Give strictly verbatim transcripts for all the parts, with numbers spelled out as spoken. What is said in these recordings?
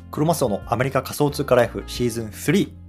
クロマスオのアメリカ仮想通貨ライフシーズンスリー。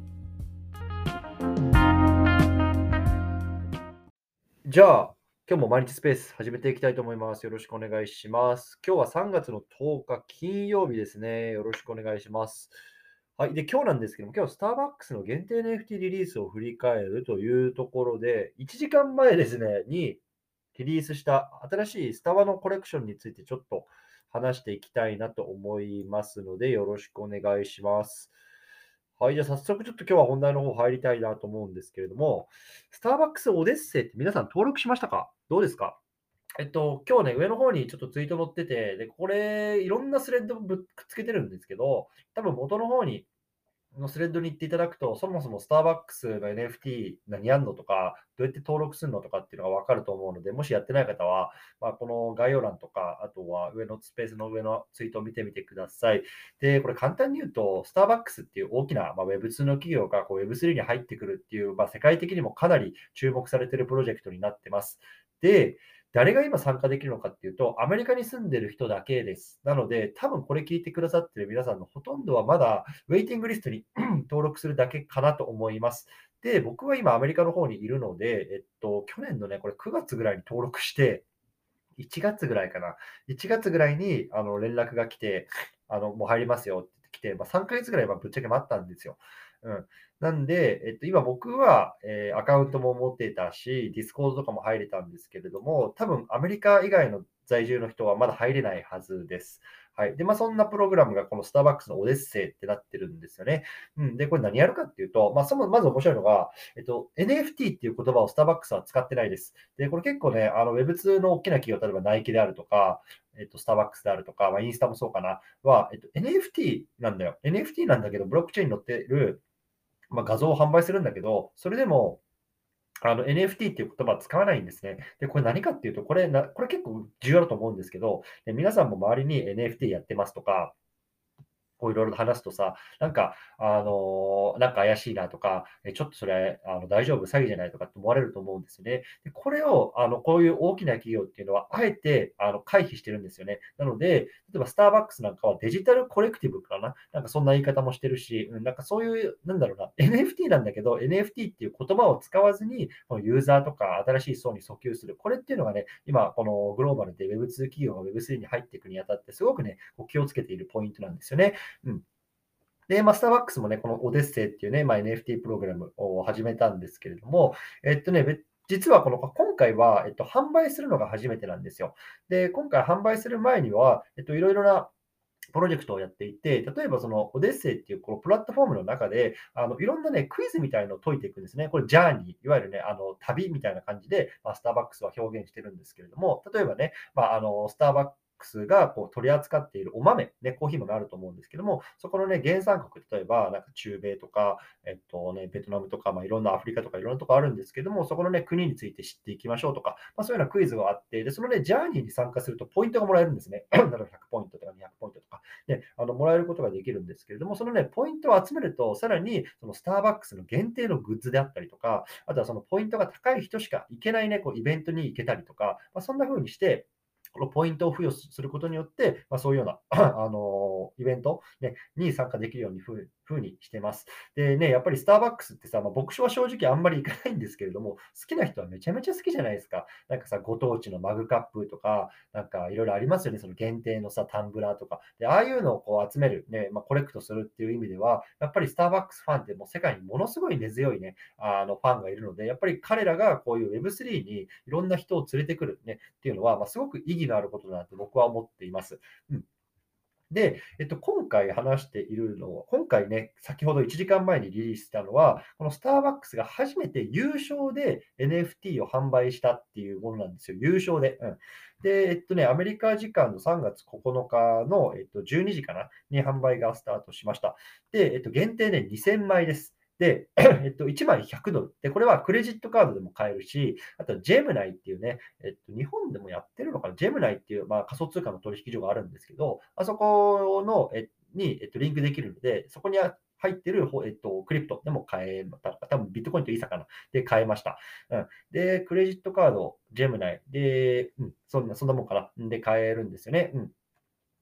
じゃあ、今日も毎日スペース始めていきたいと思います。よろしくお願いします。今日はさんがつのとおか金曜日ですね。よろしくお願いします。はい。で、今日なんですけども、今日スターバックスの限定 エヌエフティー リリースを振り返るというところで、いちじかんまえですね、にリリースした新しいスタバのコレクションについてちょっと話していきたいなと思いますので、よろしくお願いします。はい、じゃあ早速ちょっと今日は本題の方入りたいなと思うんですけれども、スターバックスオデッセイって皆さん登録しましたか？どうですか？えっと、今日ね、上の方にちょっとツイート載ってて、で、これ、いろんなスレッドぶっくっつけてるんですけど、多分元の方にのスレッドに行っていただくと、そもそもスターバックスの エヌエフティー 何やんのとか、どうやって登録するのとかっていうのがわかると思うので、もしやってない方は、まあ、この概要欄とか、あとは上のスペースの上のツイートを見てみてください。で、これ簡単に言うと、スターバックスっていう大きな、まあ、ウェブツー の企業がこう ウェブスリー に入ってくるっていう、まあ、世界的にもかなり注目されているプロジェクトになってます。で、誰が今参加できるのかっていうと、アメリカに住んでる人だけです。なので、多分これ聞いてくださってる皆さんのほとんどはまだウェイティングリストに登録するだけかなと思います。で、僕は今アメリカの方にいるので、えっと、去年のね、これくがつぐらいに登録して、いちがつぐらいかな。いちがつぐらいにあの連絡が来て、あの、もう入りますよって言ってきて、まあ、さんかげつぐらいはぶっちゃけ待ったんですよ。うん。なんで、えっと、今僕は、えーアカウントも持ってたし、ディスコードとかも入れたんですけれども、多分アメリカ以外の在住の人はまだ入れないはずです。はい。で、まあ、そんなプログラムがこのスターバックスのオデッセイってなってるんですよね。うん。で、これ何やるかっていうと、まあ、そも、まず面白いのが、えっと、エヌエフティー っていう言葉をスターバックスは使ってないです。で、これ結構ね、あの ウェブツー の大きな企業、例えばナイキであるとか、えっと、スターバックスであるとか、まあ、インスタもそうかな、は、えっと、エヌエフティー なんだよ。エヌエフティー なんだけど、ブロックチェーンに載ってる、まあ、画像を販売するんだけど、それでも、あの エヌエフティー っていう言葉は使わないんですね。で、これ何かっていうと、これな、これ結構重要だと思うんですけど、で皆さんも周りに エヌエフティー やってますとか、こういろいろ話すとさ、なんか、あの、なんか怪しいなとか、え、ちょっとそれ、あの、大丈夫、詐欺じゃないとかって思われると思うんですよね。で、これを、あの、こういう大きな企業っていうのは、あえて、あの、回避してるんですよね。なので、例えばスターバックスなんかはデジタルコレクティブかな、なんかそんな言い方もしてるし、うん、なんかそういう、なんだろうな、エヌエフティー なんだけど、エヌエフティー っていう言葉を使わずに、このユーザーとか新しい層に訴求する。これっていうのがね、今、このグローバルで ウェブツー 企業が ウェブスリー に入っていくにあたって、すごくね、こう気をつけているポイントなんですよね。うん。で、まあ、スターバックスもね、このオデッセイっていうね、まあ、エヌエフティー プログラムを始めたんですけれども、えっとね、べ実はこの今回は、えっと、販売するのが初めてなんですよ。で、今回販売する前には、えっと、いろいろなプロジェクトをやっていて、例えばそのオデッセイっていうこのプラットフォームの中で、あのいろんなね、クイズみたいのを解いていくんですね。これ、ジャーニー、いわゆるね、あの旅みたいな感じで、まあ、スターバックスは表現してるんですけれども、例えばね、まあ、あのスターバックスがこう取り扱っているお豆、ね、コーヒー豆あると思うんですけども、そこのね、原産国、例えばなんか中米とか、えっとね、ベトナムとか、まあ、いろんなアフリカとかいろんなとこあるんですけども、そこのね、国について知っていきましょうとか、まあ、そういうようなクイズがあって、で、そのね、ジャーニーに参加するとポイントがもらえるんですね。例えばひゃくポイントとかにひゃくポイントとか。で、あの、もらえることができるんですけれども、そのね、ポイントを集めると、さらに、そのスターバックスの限定のグッズであったりとか、あとはそのポイントが高い人しか行けないね、こうイベントに行けたりとか、まあ、そんな風にして、このポイントを付与することによって、まあ、そういうようなあのイベント、ね、に参加できるようにふう風にしてます。でね、やっぱりスターバックスってさ、まあ、僕は正直あんまり行かないんですけれども、好きな人はめちゃめちゃ好きじゃないですか。なんかさ、ご当地のマグカップとか、なんかいろいろありますよね、その限定のさ、タンブラーとか。で、ああいうのをこう集める、ね、まあ、コレクトするっていう意味では、やっぱりスターバックスファンってもう世界にものすごい根強いね、あのファンがいるので、やっぱり彼らがこういう ウェブスリー にいろんな人を連れてくるね、っていうのは、まあ、すごく意義のあることだなと僕は思っています。うん。で、えっと、今回話しているのは、今回ね、先ほどいちじかんまえにリリースしたのは、このスターバックスが初めて優勝で エヌエフティー を販売したっていうものなんですよ。優勝で。うん。で、えっとね、アメリカ時間のさんがつここのかの、えっと、じゅうにじかなに販売がスタートしました。で、えっと、限定でにせんまいです。で、えっと、いちまいひゃくドル。で、これはクレジットカードでも買えるし、あとジェムナイっていうね、えっと、日本でもやってるのかな、ジェムナイっていう、まあ、仮想通貨の取引所があるんですけど、あそこの、えに、えっと、リンクできるので、そこに入ってる、ほえっと、クリプトでも買えた、多分ビットコインとイーサかな。で、買えました。うん。で、クレジットカード、ジェムナイで、うん、そんな、そんなもんかな。で、買えるんですよね。うん。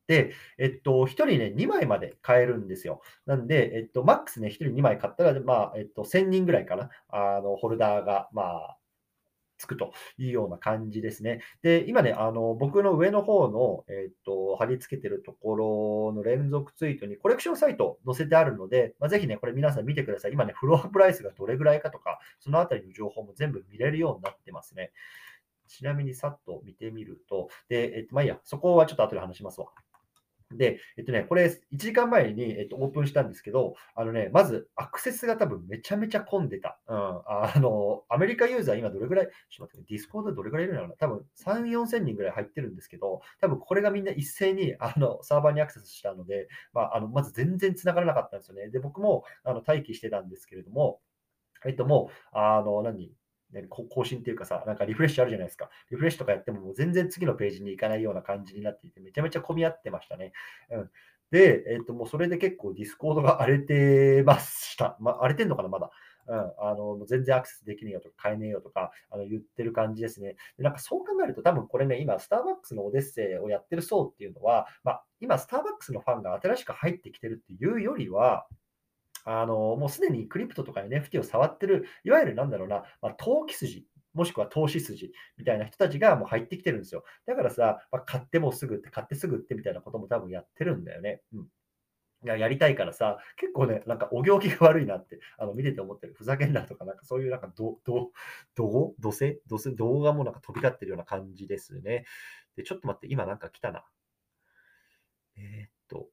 で、えっと、ひとりね、にまいまで買えるんですよ。なんで、えっと、マックスね、ひとりにまい買ったら、まあ、えっと、せんにんぐらいかな、あの、ホルダーが、まあ、つくというような感じですね。で、今ね、あの、僕の上の方の、えっと、貼り付けてるところの連続ツイートにコレクションサイト載せてあるので、まあ、ぜひね、これ皆さん見てください。今ね、フロアプライスがどれぐらいかとか、そのあたりの情報も全部見れるようになってますね。ちなみにさっと見てみると、で、えっと、まあ、いいや、そこはちょっと後で話しますわ。で、えっとね、これいちじかんまえに、えっと、オープンしたんですけど、あのね、まずアクセスが多分めちゃめちゃ混んでた。うん。あの、アメリカユーザー今どれぐらい、ちょっと待って、ディスコードどれぐらいいるのかな、多分さん、よんせんにんぐらい入ってるんですけど、多分これがみんな一斉にあのサーバーにアクセスしたので、まあ、あのまず全然繋がらなかったんですよね。で、僕もあの待機してたんですけれども、えっと、もう、あの、何、ね、こ更新っていうかさ、なんかリフレッシュあるじゃないですか。リフレッシュとかやっても、もう全然次のページに行かないような感じになっていて、めちゃめちゃ混み合ってましたね。うん。で、えっと、もうそれで結構ディスコードが荒れてました。ま、荒れてんのかな、まだ。うん。あの、もう全然アクセスできねえよとか、買えねえよとか、あの、言ってる感じですね。で、なんかそう考えると、多分これね、今、スターバックスのオデッセイをやってる層っていうのは、まあ、今、スターバックスのファンが新しく入ってきてるっていうよりは、あの、もうすでにクリプトとか エヌエフティー を触ってる、いわゆるなんだろうな、まあ、投機筋、もしくは投資筋みたいな人たちがもう入ってきてるんですよ。だからさ、まあ、買ってもうすぐ売って、買ってすぐ売ってみたいなことも多分やってるんだよね。うん。いや、やりたいからさ、結構ね、なんかお行儀が悪いなって、あの、見てて思ってる。ふざけんなとか、なんかそういうなんか、どどどごどせどせ動画もなんか飛び交ってるような感じですね。で、ちょっと待って、今なんか来たな。えーっと、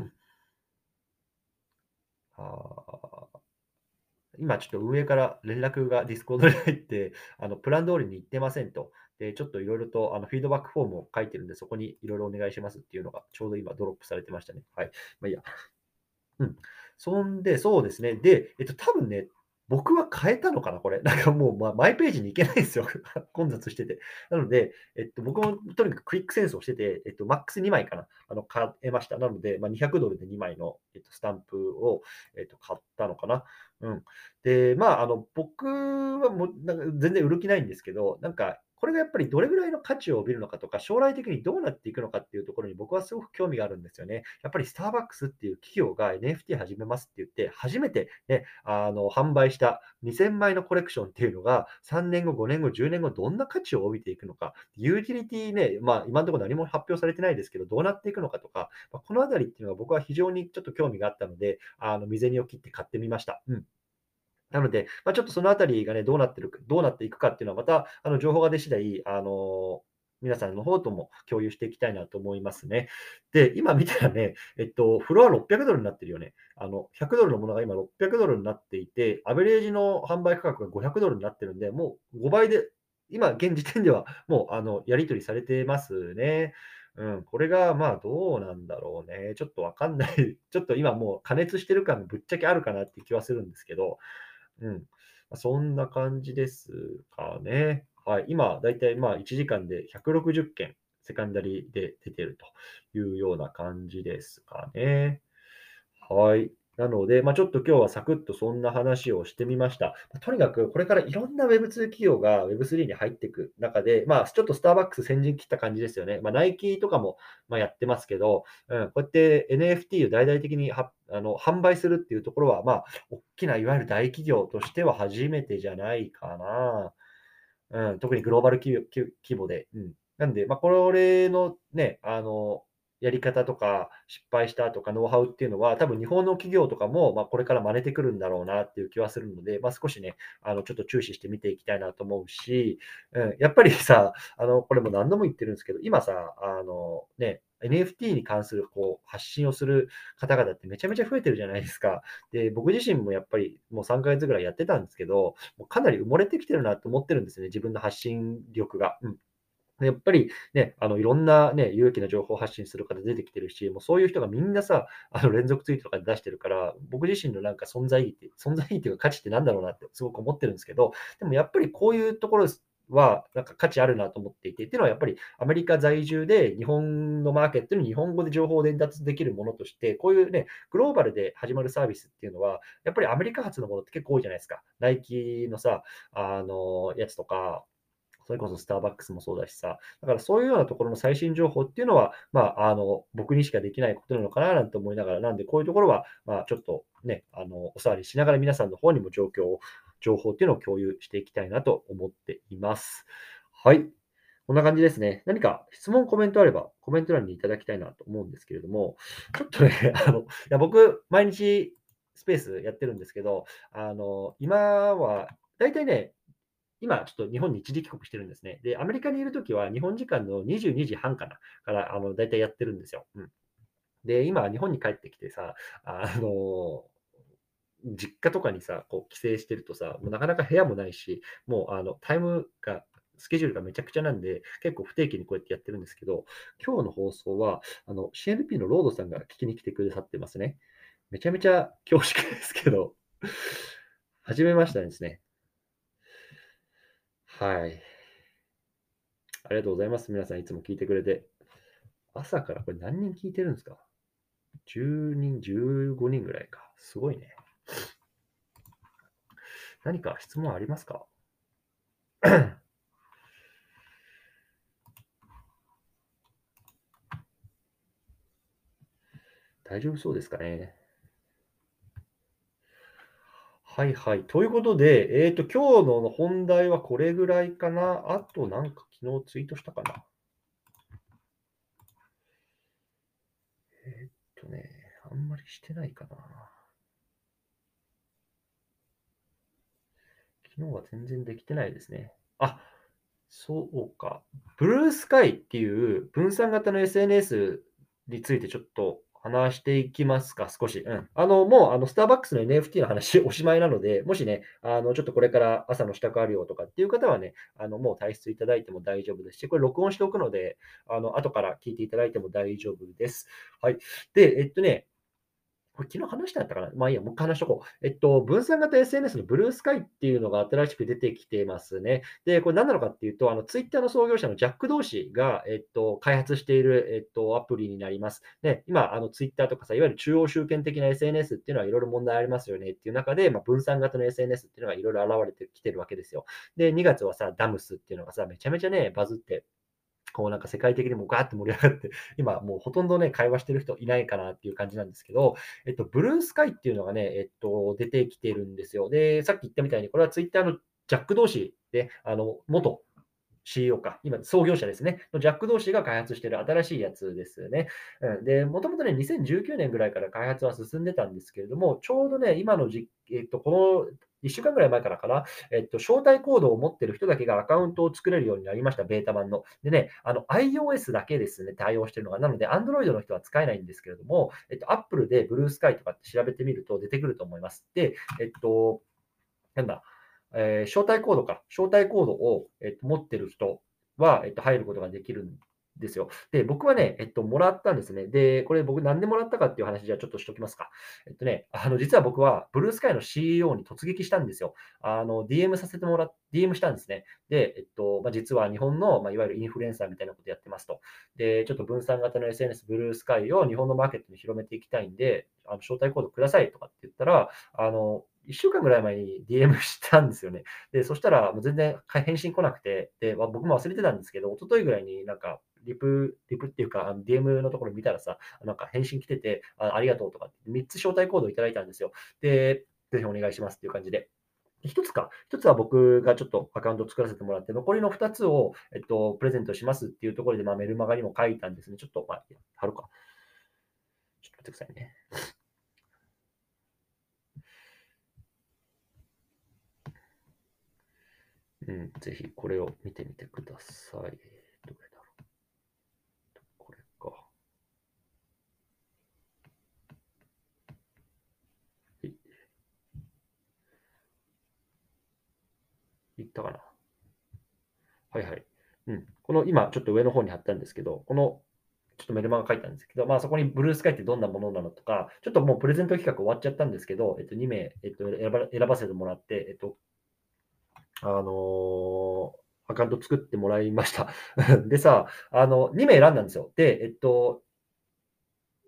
あー今ちょっと運営から連絡がディスコードに入って、あの、プラン通りに行ってませんと。で、ちょっといろいろとあのフィードバックフォームを書いてるんで、そこにいろいろお願いしますっていうのがちょうど今ドロップされてましたね。はい。まあいいや。うん。そんで、そうですね。で、えっと、多分ね、僕は変えたのかな、これ。なんかもう、ま、マイページに行けないんですよ。混雑してて。なので、えっと、僕もとにかくクリック戦争してて、えっと、マックスにまいかな、あの、買えました。なので、ま、にひゃくドルでにまいの、えっと、スタンプを、えっと、買ったのかな。うん。で、まあ、あの、僕はもう、なんか全然売る気ないんですけど、なんか、これがやっぱりどれぐらいの価値を帯びるのかとか、将来的にどうなっていくのかっていうところに僕はすごく興味があるんですよね。やっぱりスターバックスっていう企業が エヌエフティー 始めますって言って、初めてね、あの、販売したにせんまいのコレクションっていうのが、さんねんご、ごねんご、じゅうねんご、どんな価値を帯びていくのか、ユーティリティね、まあ、今のところ何も発表されてないですけど、どうなっていくのかとか、まあ、このあたりっていうのが僕は非常にちょっと興味があったので、あの、未然を切って買ってみました。うん。なので、まあ、ちょっとそのあたりがね、どうなってるかどうなっていくかっていうのは、また、あの、情報が出次第、あの、皆さんの方とも共有していきたいなと思いますね。で、今見たらね、えっと、フロアろっぴゃくドルになってるよね。あの、ひゃくドルのものが今ろっぴゃくドルになっていて、アベレージの販売価格がごひゃくドルになってるんで、もうごばいで、今現時点ではもう、あの、やり取りされてますね。うん、これが、まあ、どうなんだろうね。ちょっとわかんない。ちょっと今もう加熱してる感ぶっちゃけあるかなっていう気はするんですけど、うん。ま、そんな感じですかね。はい。今だいたい、まあ、いちじかんでひゃくろくじゅっけん、セカンダリで出てるというような感じですかね。はい。なので、まあ、ちょっと今日はサクッとそんな話をしてみました。ま、とにかくこれからいろんな ウェブツー 企業が ウェブスリー に入っていく中で、まあ、ちょっとスターバックス先陣切った感じですよね。まあ、ナイキとかも、ま、やってますけど、うん、こうやって エヌエフティー を大々的にはあの、販売するっていうところは、まあ、おっきないわゆる大企業としては初めてじゃないかな。うん、特にグローバルきき規模で。うん。なんで、まあ、これのね、あの、やり方とか、失敗したとかノウハウっていうのは、多分日本の企業とかも、まあ、これから真似てくるんだろうなっていう気はするので、まあ、少しね、あの、ちょっと注視して見ていきたいなと思うし、うん、やっぱりさ、あの、これも何度も言ってるんですけど、今さ、あの、ね、エヌエフティー に関するこう発信をする方々ってめちゃめちゃ増えてるじゃないですか。で、僕自身もやっぱりもうさんかげつぐらいやってたんですけど、もうかなり埋もれてきてるなと思ってるんですね、自分の発信力が。うん。やっぱりね、あの、いろんなね、有益な情報発信する方出てきてるし、もうそういう人がみんなさ、あの、連続ツイートとかで出してるから、僕自身のなんか存在意義って、存在意義っていうか価値ってなんだろうなってすごく思ってるんですけど、でもやっぱりこういうところは、なんか価値あるなと思っていて、っていうのはやっぱりアメリカ在住で日本のマーケットに日本語で情報を伝達できるものとして、こういうね、グローバルで始まるサービスっていうのは、やっぱりアメリカ発のものって結構多いじゃないですか。ナイキのさ、あの、やつとか、 それこそスターバックスもそうだしさ、だからそういうようなところの最新情報っていうのは、まあ、あの、僕にしかできないことなのかななんて思いながら、なんでこういうところは、まあ、ちょっとね、あの、お触りしながら皆さんの方にも状況を、情報っていうのを共有していきたいなと思っています。はい。こんな感じですね。何か質問、コメントあれば、コメント欄にいただきたいなと思うんですけれども、ちょっとね、あの、いや僕、毎日スペースやってるんですけど、あの、今は、だいたいね、今、ちょっと日本に一時帰国してるんですね。で、アメリカにいるときは、日本時間のにじゅうにじはんかな、から、あの、だいたいやってるんですよ。うん。で、今、日本に帰ってきてさ、あの、実家とかにさ、こう帰省してるとさ、もうなかなか部屋もないし、もうあのタイムが、スケジュールがめちゃくちゃなんで、結構不定期にこうやってやってるんですけど、今日の放送は、あの シーエヌピー のロードさんが聞きに来てくださってますね。めちゃめちゃ恐縮ですけど、はじめましてですね。はい。ありがとうございます。皆さんいつも聞いてくれて。朝からこれ何人聞いてるんですか？ じゅう 人、じゅうごにんぐらいか。すごいね。何か質問ありますか？大丈夫そうですかね。はいはい。ということで、えっと、今日の本題はこれぐらいかな。あとなんか昨日ツイートしたかな。えっとね、あんまりしてないかな。昨日は全然できてないですね。あ、そうか。ブルースカイっていう分散型の エスエヌエス についてちょっと話していきますか、少し。うん。あの、もう、あの、スターバックスの エヌエフティー の話おしまいなので、もしね、あの、ちょっとこれから朝の支度あるよとかっていう方はね、あの、もう退出いただいても大丈夫ですし、これ録音しておくので、あの、後から聞いていただいても大丈夫です。はい。で、えっとね、これ昨日話してあったかな、まあいいや、もう一回話しとこう。えっと、分散型 エスエヌエス のブルースカイっていうのが新しく出てきてますね。で、これ何なのかっていうと、あの、ツイッターの創業者のジャック・ドーシーが、えっと、開発している、えっと、アプリになります。で、今、あの、ツイッターとかさ、いわゆる中央集権的な エスエヌエス っていうのはいろいろ問題ありますよねっていう中で、まあ、分散型の エスエヌエス っていうのがいろいろ現れてきてるわけですよ。で、にがつはさ、ダムスっていうのがさ、めちゃめちゃね、バズって、こうなんか世界的にもガーって盛り上がって、今もうほとんどね、会話してる人いないかなっていう感じなんですけど、えっと、ブルースカイっていうのがね、えっと、出てきてるんですよ。で、さっき言ったみたいに、これはツイッターのジャック同士で、あの、元 シーイーオー か、今、創業者ですね、のジャック同士が開発している新しいやつですね。うん、で、もともとね、にせんじゅうきゅうねんぐらいから開発は進んでたんですけれども、ちょうどね、今のじ、えっと、このいっしゅうかんぐらい前からかな、えっと、招待コードを持ってる人だけがアカウントを作れるようになりました、ベータ版の。でね、あの、iOS だけですね、対応してるのが。なので、Android の人は使えないんですけれども、えっと、Apple で Blue Sky とかって調べてみると出てくると思います。で、えっと、なんだ、えー招待コードか。招待コードを、えっと、持ってる人は、えっと、入ることができるんですよ。で、僕はね、えっと、もらったんですね。で、これ僕なんでもらったかっていう話じゃちょっとしときますか。えっとね、あの、実は僕はブルースカイの シーイーオー に突撃したんですよ。あの、ディーエム させてもらっ、ディーエム したんですね。で、えっと、まあ、実は日本の、まあ、いわゆるインフルエンサーみたいなことやってますと。で、ちょっと分散型の エスエヌエス ブルースカイを日本のマーケットに広めていきたいんで、あの招待コードくださいとかって言ったら、あの、いっしゅうかんぐらい前に ディーエム したんですよね。で、そしたらもう全然返信来なくて、で、まあ僕も忘れてたんですけど、一昨日ぐらいになんか、リプ、リプっていうか、あの ディーエム のところ見たらさ、なんか返信来てて、あ、ありがとうとかって、みっつ招待コードをいただいたんですよ。で、ぜひお願いしますっていう感じで。ひとつか、ひとつは僕がちょっとアカウントを作らせてもらって、残りのふたつを、えっと、プレゼントしますっていうところで、まあ、メルマガにも書いたんですね。ちょっと、まあ、貼るか。ちょっと待ってくださいね。うん、ぜひこれを見てみてください。どれだろう。これか。い、いったかな。はいはい。うん。この今、ちょっと上の方に貼ったんですけど、このちょっとメルマガ書いたんですけど、まあそこにブルースカイってどんなものなのとか、ちょっともうプレゼント企画終わっちゃったんですけど、えっと、に名、えっと、選ば選ばせてもらって、えっと、あのーアカウント作ってもらいました。でさ、あの、に名選んだんですよ。で、えっと、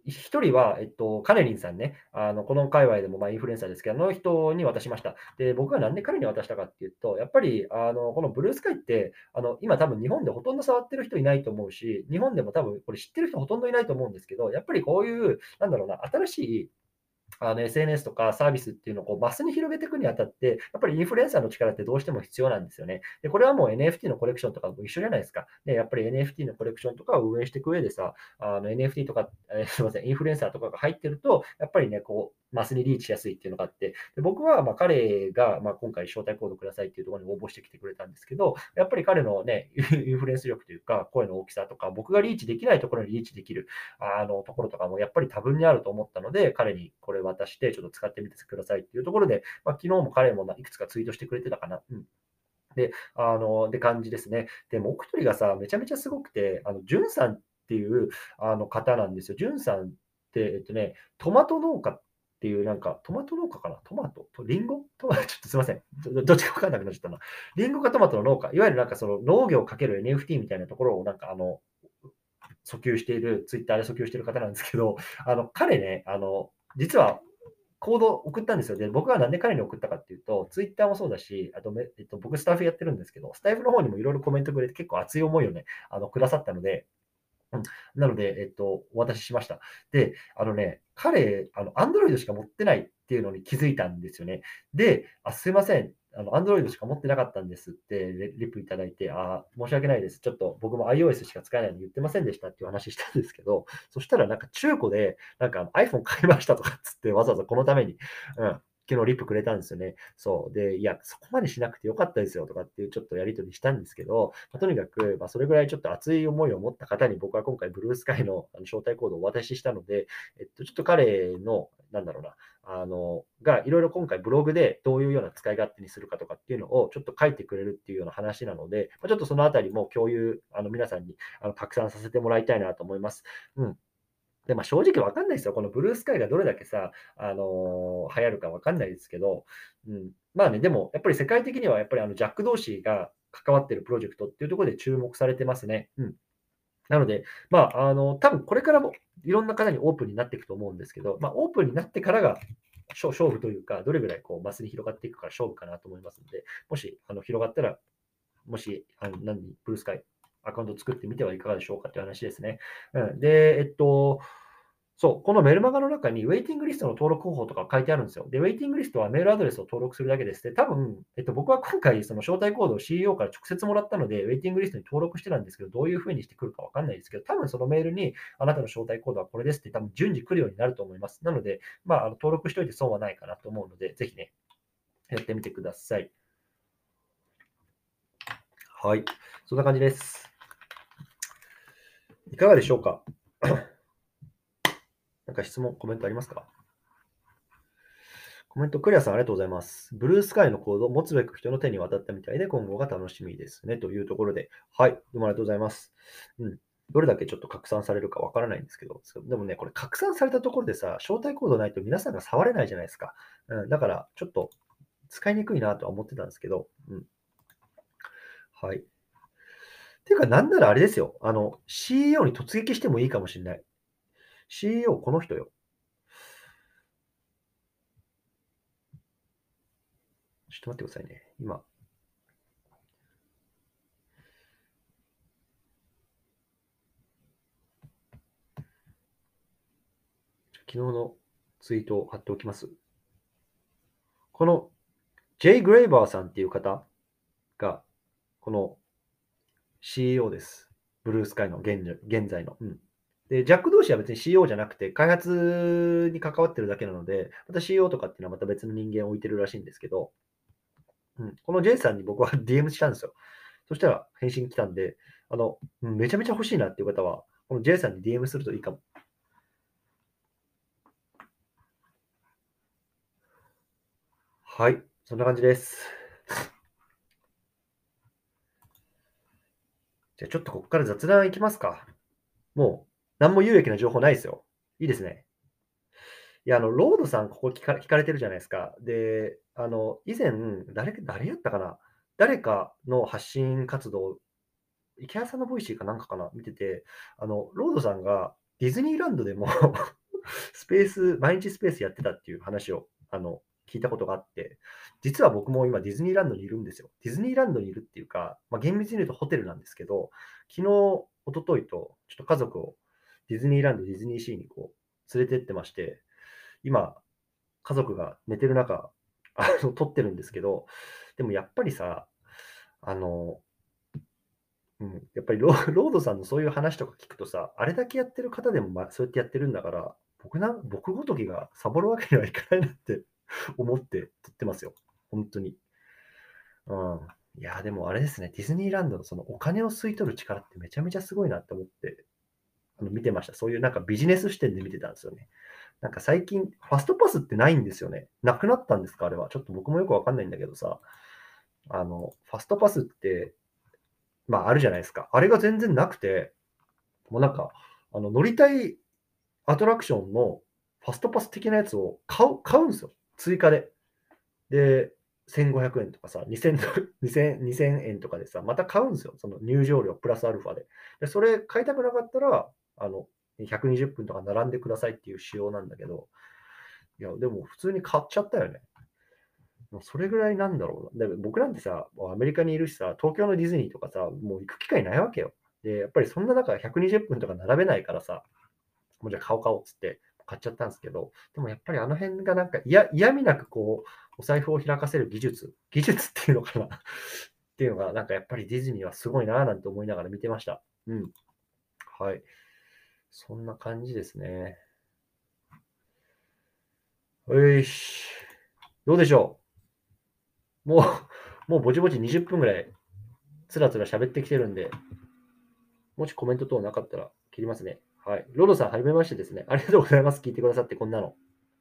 一人は、えっと、カネリンさんね、あの、この界隈でも、ま、インフルエンサーですけど、あの人に渡しました。で、僕がなんで彼に渡したかっていうと、やっぱり、あの、このブルースカイって、あの、今多分日本でほとんど触ってる人いないと思うし、日本でも多分これ知ってる人ほとんどいないと思うんですけど、やっぱりこういう、なんだろうな、新しいあの エスエヌエス とかサービスっていうのをこうマスに広げていくにあたって、やっぱりインフルエンサーの力ってどうしても必要なんですよね。で、これはもう エヌエフティー のコレクションとかも一緒じゃないですか。で、やっぱり エヌエフティー のコレクションとかを運営していく上でさ、あの エヌエフティー とか、えーすみません、インフルエンサーとかが入ってると、やっぱりね、こう、マスにリーチしやすいっていうのがあって、で僕はまあ彼がまあ今回招待コードくださいっていうところに応募してきてくれたんですけど、やっぱり彼のね、インフルエンス力というか、声の大きさとか、僕がリーチできないところにリーチできるあのところとかもやっぱり多分にあると思ったので、彼にこれ渡して、ちょっと使ってみてくださいっていうところで、まあ、昨日も彼もいくつかツイートしてくれてたかな。うん。で、あの、で感じですね。で、もう一人がさ、めちゃめちゃすごくて、あの、ジュンさんっていうあの方なんですよ。ジュンさんって、えっとね、トマト農家っていう、なんか、トマト農家かなトマトとリンゴトマト、ちょっとすいません。どどっちかわかんなくなっちゃったな。リンゴかトマトの農家。いわゆるなんかその農業かける エヌエフティー みたいなところをなんかあの、訴求している、ツイッターで訴求している方なんですけど、あの、彼ね、あの、実はコード送ったんですよ。で、僕はなんで彼に送ったかっていうと、ツイッターもそうだし、あとめ、えっと、僕スタッフやってるんですけど、スタイフの方にもいろいろコメントくれて結構熱い思いをね、あの、くださったので、うん、なので、えっと、お渡ししました。で、あのね、彼、あの、Android しか持ってないっていうのに気づいたんですよね。で、あ、すいません、あの、Android しか持ってなかったんですってレリプいただいて、あ、申し訳ないです。ちょっと僕も iOS しか使えないのに言ってませんでしたっていう話したんですけど、そしたらなんか中古で、なんか iPhone 買いましたとかっつって、わざわざこのために、うん、昨日リップくれたんですよね。そう。で、いや、そこまでしなくてよかったですよとかっていうちょっとやり取りしたんですけど、まあ、とにかく、まあ、それぐらいちょっと熱い思いを持った方に僕は今回ブルースカイのあの招待コードをお渡ししたので、えっと、ちょっと彼の、なんだろうな、あの、がいろいろ今回ブログでどういうような使い勝手にするかとかっていうのをちょっと書いてくれるっていうような話なので、まあ、ちょっとそのあたりも共有、あの皆さんにあの拡散させてもらいたいなと思います。うん。で、まあ、正直わかんないですよ。このブルースカイがどれだけさ、あの、流行るかわかんないですけど、うん。まあね、でもやっぱり世界的にはやっぱりあのジャック同士が関わっているプロジェクトっていうところで注目されてますね。うん。なので、まあ、あの、多分これからもいろんな方にオープンになっていくと思うんですけど、まあ、オープンになってからが勝勝負というか、どれぐらいこうマスに広がっていくか勝負かなと思いますので、もしあの広がったら、もしあの何にブルースカイアカウントを作ってみてはいかがでしょうかという話ですね。うん、で、えっと、そう、このメルマガの中にウェイティングリストの登録方法とか書いてあるんですよ。で、ウェイティングリストはメールアドレスを登録するだけです。で、多分、えっと、僕は今回、その招待コードを シーイーオー から直接もらったので、ウェイティングリストに登録してたんですけど、どういうふうにしてくるかわかんないですけど、多分そのメールに、あなたの招待コードはこれですって多分順次来るようになると思います。なので、まあ、あの登録しておいて損はないかなと思うので、ぜひね、やってみてください。はい。そんな感じです。いかがでしょうか？なんか質問、コメントありますか？コメント、クリアさんありがとうございます。ブルースカイのコードを持つべく人の手に渡ったみたいで、今後が楽しみですね。というところで、はい、どうもありがとうございます。うん。どれだけちょっと拡散されるかわからないんですけど、でもね、これ拡散されたところでさ、招待コードないと皆さんが触れないじゃないですか。うん、だから、ちょっと使いにくいなとは思ってたんですけど、うん。はい。ていうか、なんならあれですよ。あの、シーイーオー に突撃してもいいかもしれない。シーイーオー この人よ。ちょっと待ってくださいね。今。昨日のツイートを貼っておきます。この J. グレイバーさんっていう方が、この シーイーオー です。ブルースカイの現現在の。うん。で、ジャック同士は別に シーイーオー じゃなくて、開発に関わってるだけなので、また シーイーオー とかっていうのはまた別の人間を置いてるらしいんですけど、うん、この J さんに僕は ディーエム したんですよ。そしたら返信来たんで、あの、めちゃめちゃ欲しいなっていう方は、この J さんに ディーエム するといいかも。はい、そんな感じです。じゃあちょっとここから雑談いきますか。もう、何も有益な情報ないですよ。いいですね。いや、あの、ロードさん、ここ聞か聞かれてるじゃないですか。で、あの、以前、誰誰やったかな誰かの発信活動、池谷さんのボイシーかなんかかな見てて、あの、ロードさんがディズニーランドでもスペース、毎日スペースやってたっていう話をあの聞いたことがあって、実は僕も今ディズニーランドにいるんですよ。ディズニーランドにいるっていうか、まあ、厳密に言うとホテルなんですけど、昨日、一昨日とちょっと家族をディズニーランド、ディズニーシーにこう連れてってまして、今、家族が寝てる中、あの撮ってるんですけど、でもやっぱりさ、あの、うん、やっぱりロロードさんのそういう話とか聞くとさ、あれだけやってる方でも、ま、そうやってやってるんだから、僕な僕ごときがサボるわけにはいかないなって思って撮ってますよ。本当に。うん。いや、でもあれですね、ディズニーランドのそのお金を吸い取る力ってめちゃめちゃすごいなって思って、あの、見てました。そういうなんかビジネス視点で見てたんですよね。なんか最近、ファストパスってないんですよね。なくなったんですかあれは。ちょっと僕もよくわかんないんだけどさ、あの、ファストパスって、まああるじゃないですか。あれが全然なくて、もうなんか、あの、乗りたいアトラクションのファストパス的なやつを買う、買うんですよ。追加で。で、せんごひゃくえんとかさ、にせん、にせん、にせんえんとかでさ、また買うんですよ。その入場料プラスアルファで。で、それ買いたくなかったら、あの、ひゃくにじゅっぷんとか並んでくださいっていう仕様なんだけど、いや、でも普通に買っちゃったよね。もうそれぐらいなんだろうな。で僕なんてさ、もうアメリカにいるしさ、東京のディズニーとかさ、もう行く機会ないわけよ。で、やっぱりそんな中、ひゃくにじゅっぷんとか並べないからさ、もうじゃあ買おう買おうっつって買っちゃったんですけど、でもやっぱりあの辺がなんか嫌嫌味なくこう、お財布を開かせる技術、技術っていうのかなっていうのが、なんかやっぱりディズニーはすごいなぁなんて思いながら見てました。うん。はい。そんな感じですね。よいし。どうでしょうもう、もうぼちぼちにじゅっぷんぐらい、つらつら喋ってきてるんで、もしコメント等なかったら切りますね。はい。ロードさん、はじめましてですね。ありがとうございます。聞いてくださって、こんなの。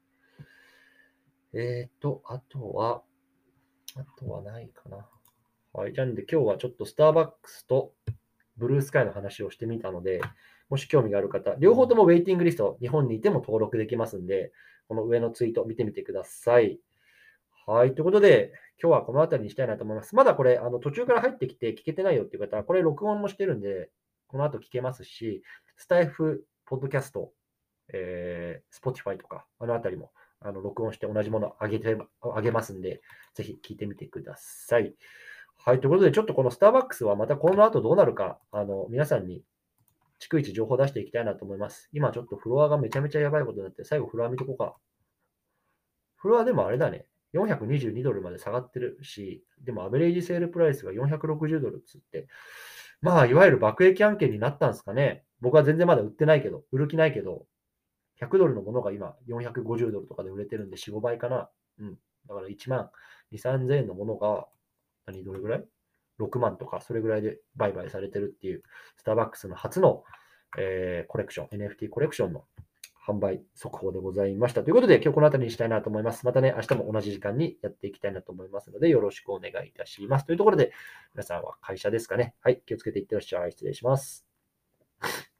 えーと、あとは、あとはないかな。はい。じゃあんで、今日はちょっとスターバックスとブルースカイの話をしてみたので、もし興味がある方、両方ともウェイティングリスト、日本にいても登録できますんで、この上のツイート見てみてください。はい。ということで、今日はこの辺りにしたいなと思います。まだこれ、あの途中から入ってきて聞けてないよっていう方は、これ録音もしてるんで、この後聞けますし、スタイフ、ポッドキャスト、えー、Spotify とか、あの辺りもあの録音して同じものを上げて、上げますんで、ぜひ聞いてみてください。はい。ということで、ちょっとこのスターバックスはまたこの後どうなるか、あの、皆さんに逐一情報を出していきたいなと思います。今ちょっとフロアがめちゃめちゃやばいことになって、最後フロア見とこうか。フロアでもあれだね。よんひゃくにじゅうにドルまで下がってるし、でもアベレージセールプライスがよんひゃくろくじゅうドルっつって、まあ、いわゆる爆撃案件になったんですかね。僕は全然まだ売ってないけど、売る気ないけど、ひゃくドルのものが今よんひゃくごじゅうドルとかで売れてるんでよん、ごばいかな。うん。だからいちまんに、さんぜんえんのものが、何、どれぐらい ?ろく 万とか、それぐらいで売買されてるっていう、スターバックスの初の、えーコレクション、エヌエフティー コレクションの販売速報でございました。ということで、今日この辺りにしたいなと思います。またね、明日も同じ時間にやっていきたいなと思いますので、よろしくお願いいたします。というところで、皆さんは会社ですかね。はい、気をつけていってらっしゃい。失礼します。